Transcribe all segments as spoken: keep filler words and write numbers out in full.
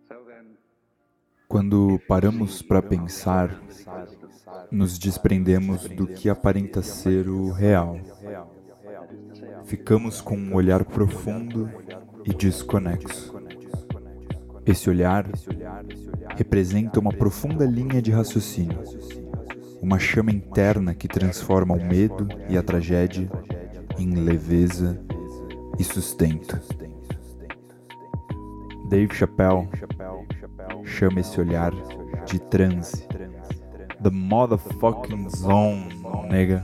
Quando paramos para pensar, nos desprendemos do que aparenta ser o real. Ficamos com um olhar profundo e desconexo. Esse olhar representa uma profunda linha de raciocínio, uma chama interna que transforma o medo e a tragédia em leveza e sustento. Dave Chappelle chama esse olhar de transe. The motherfucking zone, nega.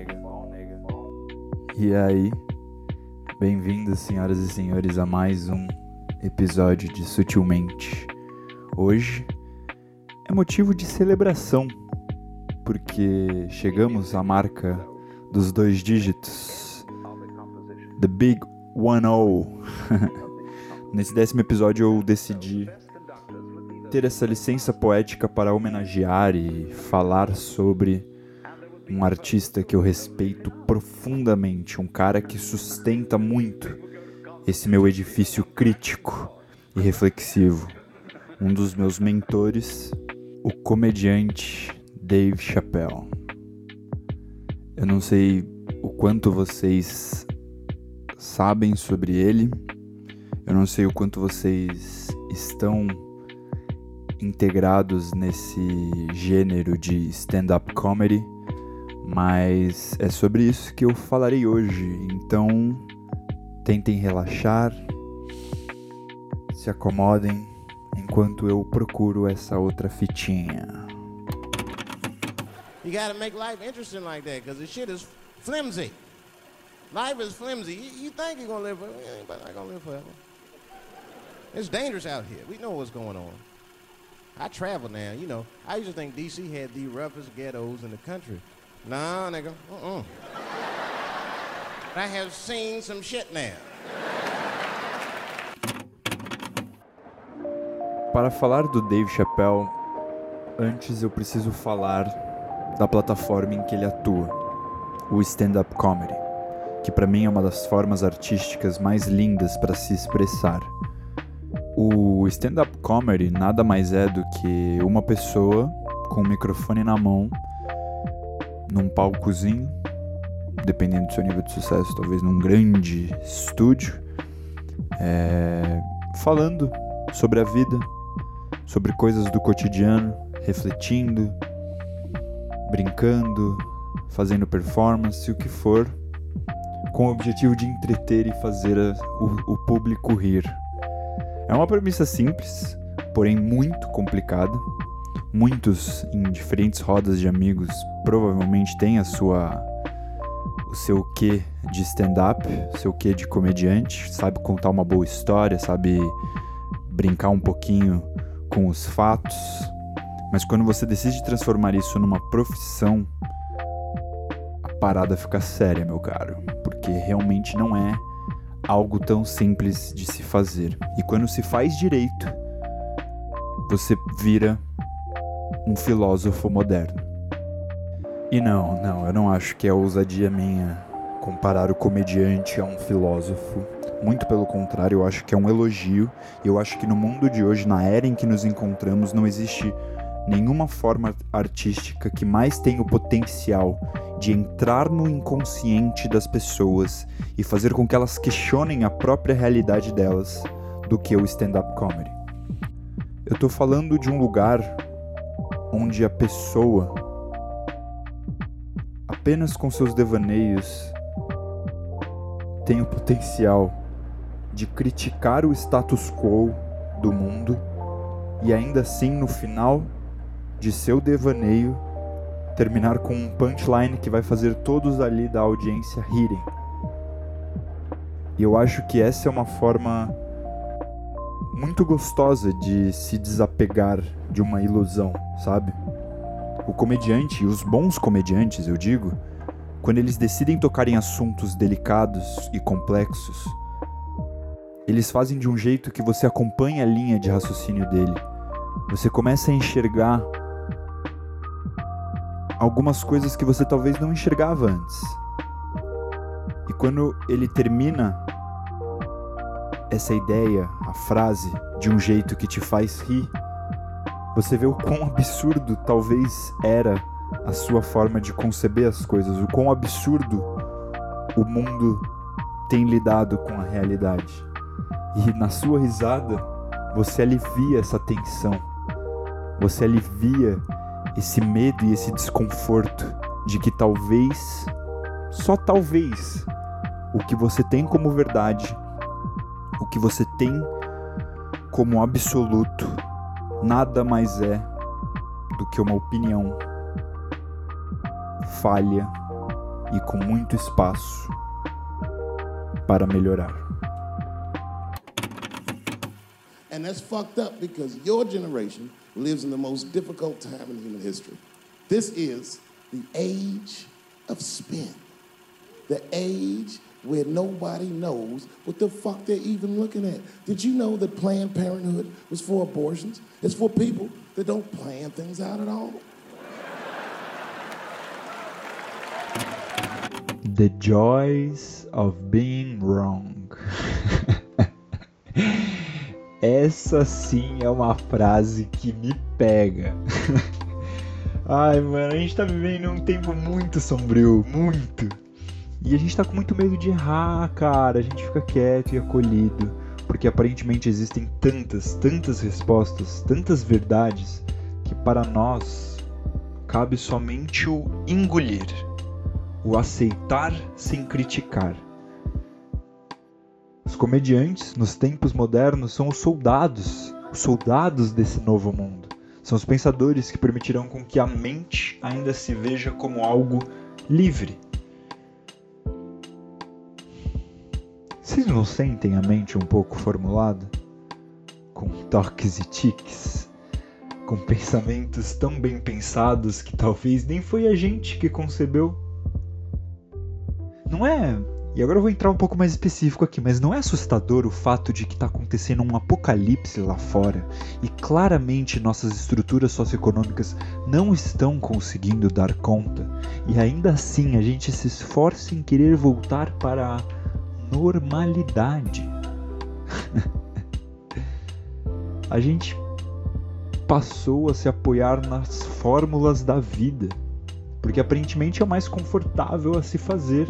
E aí, bem-vindos, senhoras e senhores, a mais um episódio de Sutilmente. Hoje é motivo de celebração, porque chegamos à marca dos dois dígitos. The Big One O. Nesse décimo episódio eu decidi ter essa licença poética para homenagear e falar sobre um artista que eu respeito profundamente, um cara que sustenta muito esse meu edifício crítico e reflexivo. Um dos meus mentores, o comediante Dave Chappelle. Eu não sei o quanto vocês sabem sobre ele, eu não sei o quanto vocês estão integrados nesse gênero de stand-up comedy, mas é sobre isso que eu falarei hoje. Então, tentem relaxar, se acomodem, enquanto eu procuro essa outra fitinha. You gotta make life interesting like that, because the shit is flimsy. Life is flimsy. You, you think you're gonna live forever, you ain't not gonna live forever. It's dangerous out here. We know what's going on. I travel now, you know. I used to think D C had the roughest ghettos in the country. Nah, nigga. Uh-uh. I have seen some shit now. Para falar do Dave Chappelle, antes eu preciso falar da plataforma em que ele atua, o stand-up comedy, que para mim é uma das formas artísticas mais lindas para se expressar. O stand-up comedy nada mais é do que uma pessoa com um microfone na mão, num palcozinho, dependendo do seu nível de sucesso, talvez num grande estúdio, é, falando sobre a vida, sobre coisas do cotidiano, refletindo, brincando, fazendo performance, o que for, com o objetivo de entreter e fazer a, o, o público rir. É uma premissa simples, porém muito complicada. Muitos, em diferentes rodas de amigos, provavelmente têm a sua, o seu quê de stand-up, o seu quê de comediante, sabe contar uma boa história, sabe brincar um pouquinho com os fatos. Mas quando você decide transformar isso numa profissão, a parada fica séria, meu caro, porque realmente não é algo tão simples de se fazer. E quando se faz direito, você vira um filósofo moderno. E não, não, eu não acho que é ousadia minha comparar o comediante a um filósofo. Muito pelo contrário, eu acho que é um elogio. E eu acho que no mundo de hoje, na era em que nos encontramos, não existe nenhuma forma artística que mais tenha o potencial de entrar no inconsciente das pessoas e fazer com que elas questionem a própria realidade delas do que o stand-up comedy. Eu tô falando de um lugar onde a pessoa, apenas com seus devaneios, tem o potencial de criticar o status quo do mundo e ainda assim, no final de seu devaneio, terminar com um punchline que vai fazer todos ali da audiência rirem. E eu acho que essa é uma forma muito gostosa de se desapegar de uma ilusão, sabe? O comediante, e os bons comediantes, eu digo, quando eles decidem tocar em assuntos delicados e complexos, eles fazem de um jeito que você acompanha a linha de raciocínio dele. Você começa a enxergar algumas coisas que você talvez não enxergava antes. E quando ele termina essa ideia, a frase, de um jeito que te faz rir, você vê o quão absurdo talvez era a sua forma de conceber as coisas, o quão absurdo o mundo tem lidado com a realidade. E na sua risada, você alivia essa tensão, você alivia esse medo e esse desconforto de que talvez, só talvez, o que você tem como verdade, o que você tem como absoluto, nada mais é do que uma opinião falha e com muito espaço para melhorar. And that's fucked up because your generation lives in the most difficult time in human history. This is the age of spin. The age where nobody knows what the fuck they're even looking at. Did you know that Planned Parenthood was for abortions? It's for people that don't plan things out at all. The joys of being wrong. Essa sim é uma frase que me pega. Ai, mano, a gente tá vivendo um tempo muito sombrio, muito. E a gente tá com muito medo de errar, cara. A gente fica quieto e acolhido, porque aparentemente existem tantas, tantas respostas, tantas verdades, que para nós cabe somente o engolir, o aceitar sem criticar. Os comediantes, nos tempos modernos, são os soldados, os soldados desse novo mundo. São os pensadores que permitirão com que a mente ainda se veja como algo livre. Vocês não sentem a mente um pouco formulada? Com toques e tiques? Com pensamentos tão bem pensados que talvez nem foi a gente que concebeu? Não é... E agora eu vou entrar um pouco mais específico aqui, mas não é assustador o fato de que está acontecendo um apocalipse lá fora e claramente nossas estruturas socioeconômicas não estão conseguindo dar conta e ainda assim a gente se esforça em querer voltar para a normalidade? A gente passou a se apoiar nas fórmulas da vida, porque aparentemente é o mais confortável a se fazer.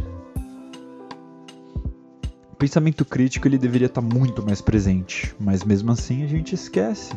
O pensamento crítico ele deveria estar muito mais presente, mas mesmo assim a gente esquece.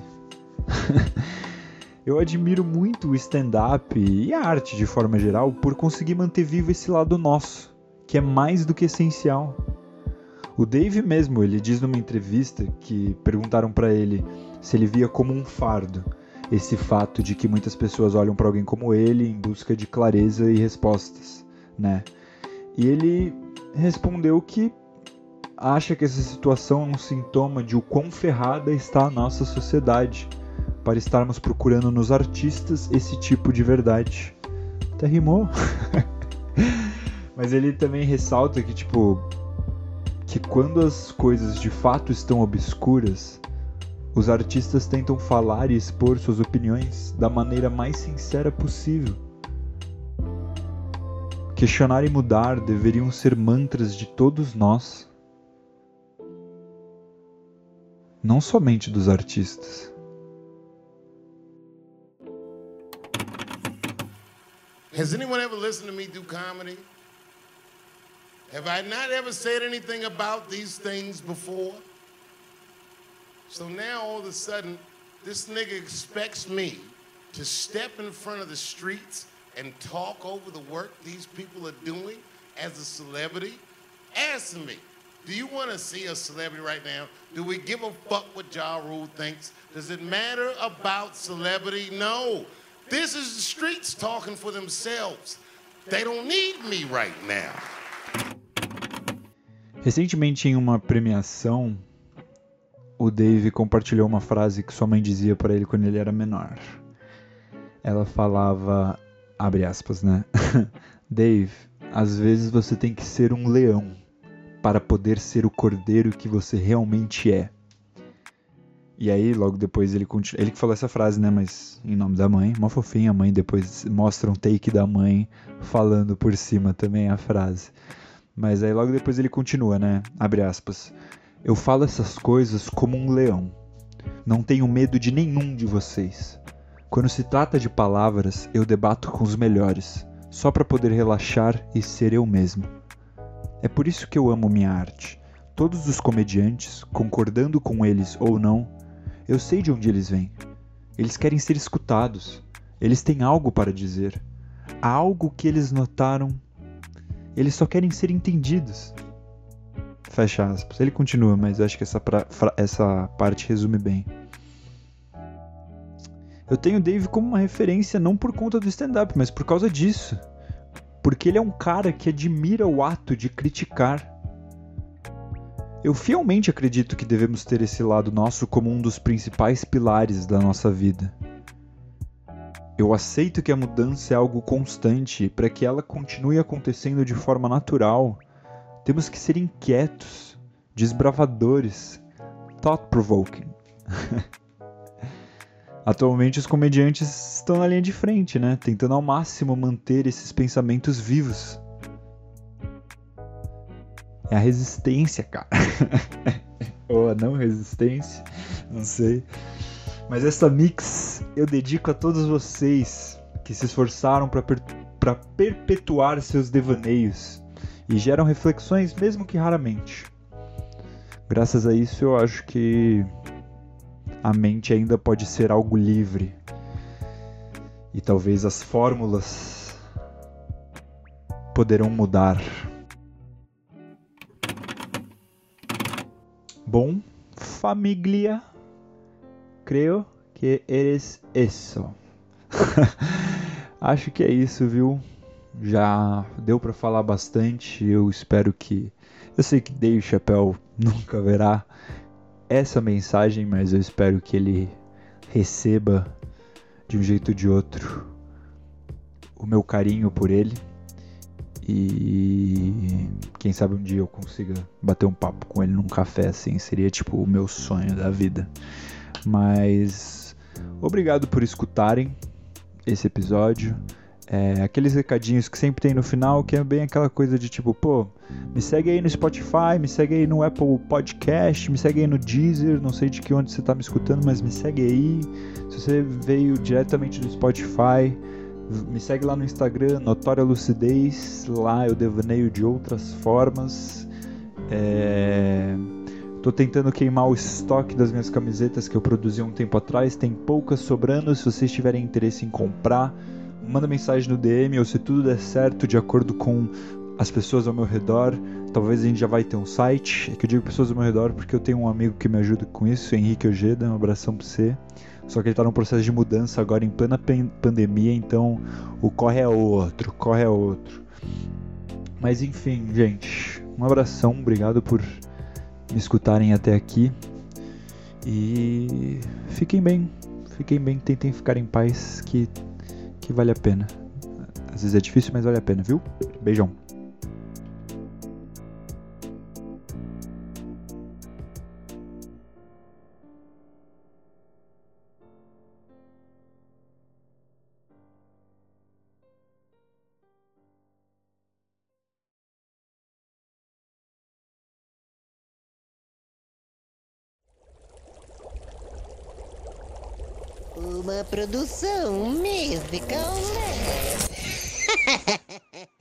Eu admiro muito o stand-up e a arte de forma geral por conseguir manter vivo esse lado nosso, que é mais do que essencial. O Dave mesmo, ele diz numa entrevista que perguntaram para ele se ele via como um fardo esse fato de que muitas pessoas olham para alguém como ele em busca de clareza e respostas, né? E ele respondeu que acha que essa situação é um sintoma de o quão ferrada está a nossa sociedade para estarmos procurando nos artistas esse tipo de verdade. Até rimou. Mas ele também ressalta que, tipo, que quando as coisas de fato estão obscuras, os artistas tentam falar e expor suas opiniões da maneira mais sincera possível. Questionar e mudar deveriam ser mantras de todos nós. Não somente dos artistas. Has anyone ever listened to me do comedy? Have I not ever said anything about these things before? So now all of a sudden, this nigga expects me to step in front of the streets and talk over the work these people are doing as a celebrity? Answer me. Do you want to see a celebrity right now? Do we give a fuck what Ja Rule thinks? Does it matter about celebrity? No. This is the streets talking for themselves. They don't need me right now. Recentemente, em uma premiação, o Dave compartilhou uma frase que sua mãe dizia para ele quando ele era menor. Ela falava, abre aspas, né? Dave, às vezes você tem que ser um leão para poder ser o cordeiro que você realmente é. E aí, logo depois, ele continua... Ele que falou essa frase, né? Mas em nome da mãe. Mó fofinha a mãe. Depois mostra um take da mãe falando por cima também a frase. Mas aí, logo depois, ele continua, né? Abre aspas. Eu falo essas coisas como um leão. Não tenho medo de nenhum de vocês. Quando se trata de palavras, eu debato com os melhores, só para poder relaxar e ser eu mesmo. É por isso que eu amo minha arte. Todos os comediantes, concordando com eles ou não, eu sei de onde eles vêm. Eles querem ser escutados. Eles têm algo para dizer. Há algo que eles notaram. Eles só querem ser entendidos. Fecha aspas. Ele continua, mas eu acho que essa, pra, essa parte resume bem. Eu tenho o Dave como uma referência não por conta do stand-up, mas por causa disso. Porque ele é um cara que admira o ato de criticar. Eu fielmente acredito que devemos ter esse lado nosso como um dos principais pilares da nossa vida. Eu aceito que a mudança é algo constante e para que ela continue acontecendo de forma natural, temos que ser inquietos, desbravadores, thought-provoking. Atualmente os comediantes estão na linha de frente, né? Tentando ao máximo manter esses pensamentos vivos. É a resistência, cara. Ou a não resistência, não sei. Mas essa mix eu dedico a todos vocês que se esforçaram para per- para perpetuar seus devaneios e geram reflexões mesmo que raramente. Graças a isso eu acho que a mente ainda pode ser algo livre. E talvez as fórmulas poderão mudar. Bom, família, creio que eres isso. Acho que é isso, viu? Já deu pra falar bastante. Eu espero que... Eu sei que Dave Chappelle nunca verá essa mensagem, mas eu espero que ele receba de um jeito ou de outro o meu carinho por ele. E quem sabe um dia eu consiga bater um papo com ele num café assim. Seria tipo o meu sonho da vida. Mas obrigado por escutarem esse episódio. É, aqueles recadinhos que sempre tem no final, que é bem aquela coisa de tipo, pô, me segue aí no Spotify, me segue aí no Apple Podcast, me segue aí no Deezer, não sei de que onde você tá me escutando, mas me segue aí. Se você veio diretamente do Spotify, me segue lá no Instagram, Notória Lucidez, lá eu devaneio de outras formas. É... Tô tentando queimar o estoque das minhas camisetas que eu produzi há um tempo atrás, tem poucas sobrando. Se vocês tiverem interesse em comprar, manda mensagem no D M, ou se tudo der certo, de acordo com as pessoas ao meu redor, talvez a gente já vai ter um site. É que eu digo pessoas ao meu redor porque eu tenho um amigo que me ajuda com isso, Henrique Ojeda, um abração pra você. Só que ele tá num processo de mudança agora em plena pandemia, então o corre é outro, corre é outro. Mas enfim, gente, um abração, obrigado por me escutarem até aqui. E fiquem bem, fiquem bem, tentem ficar em paz, que que vale a pena. Às vezes é difícil, mas vale a pena, viu? Beijão. Uma produção musical.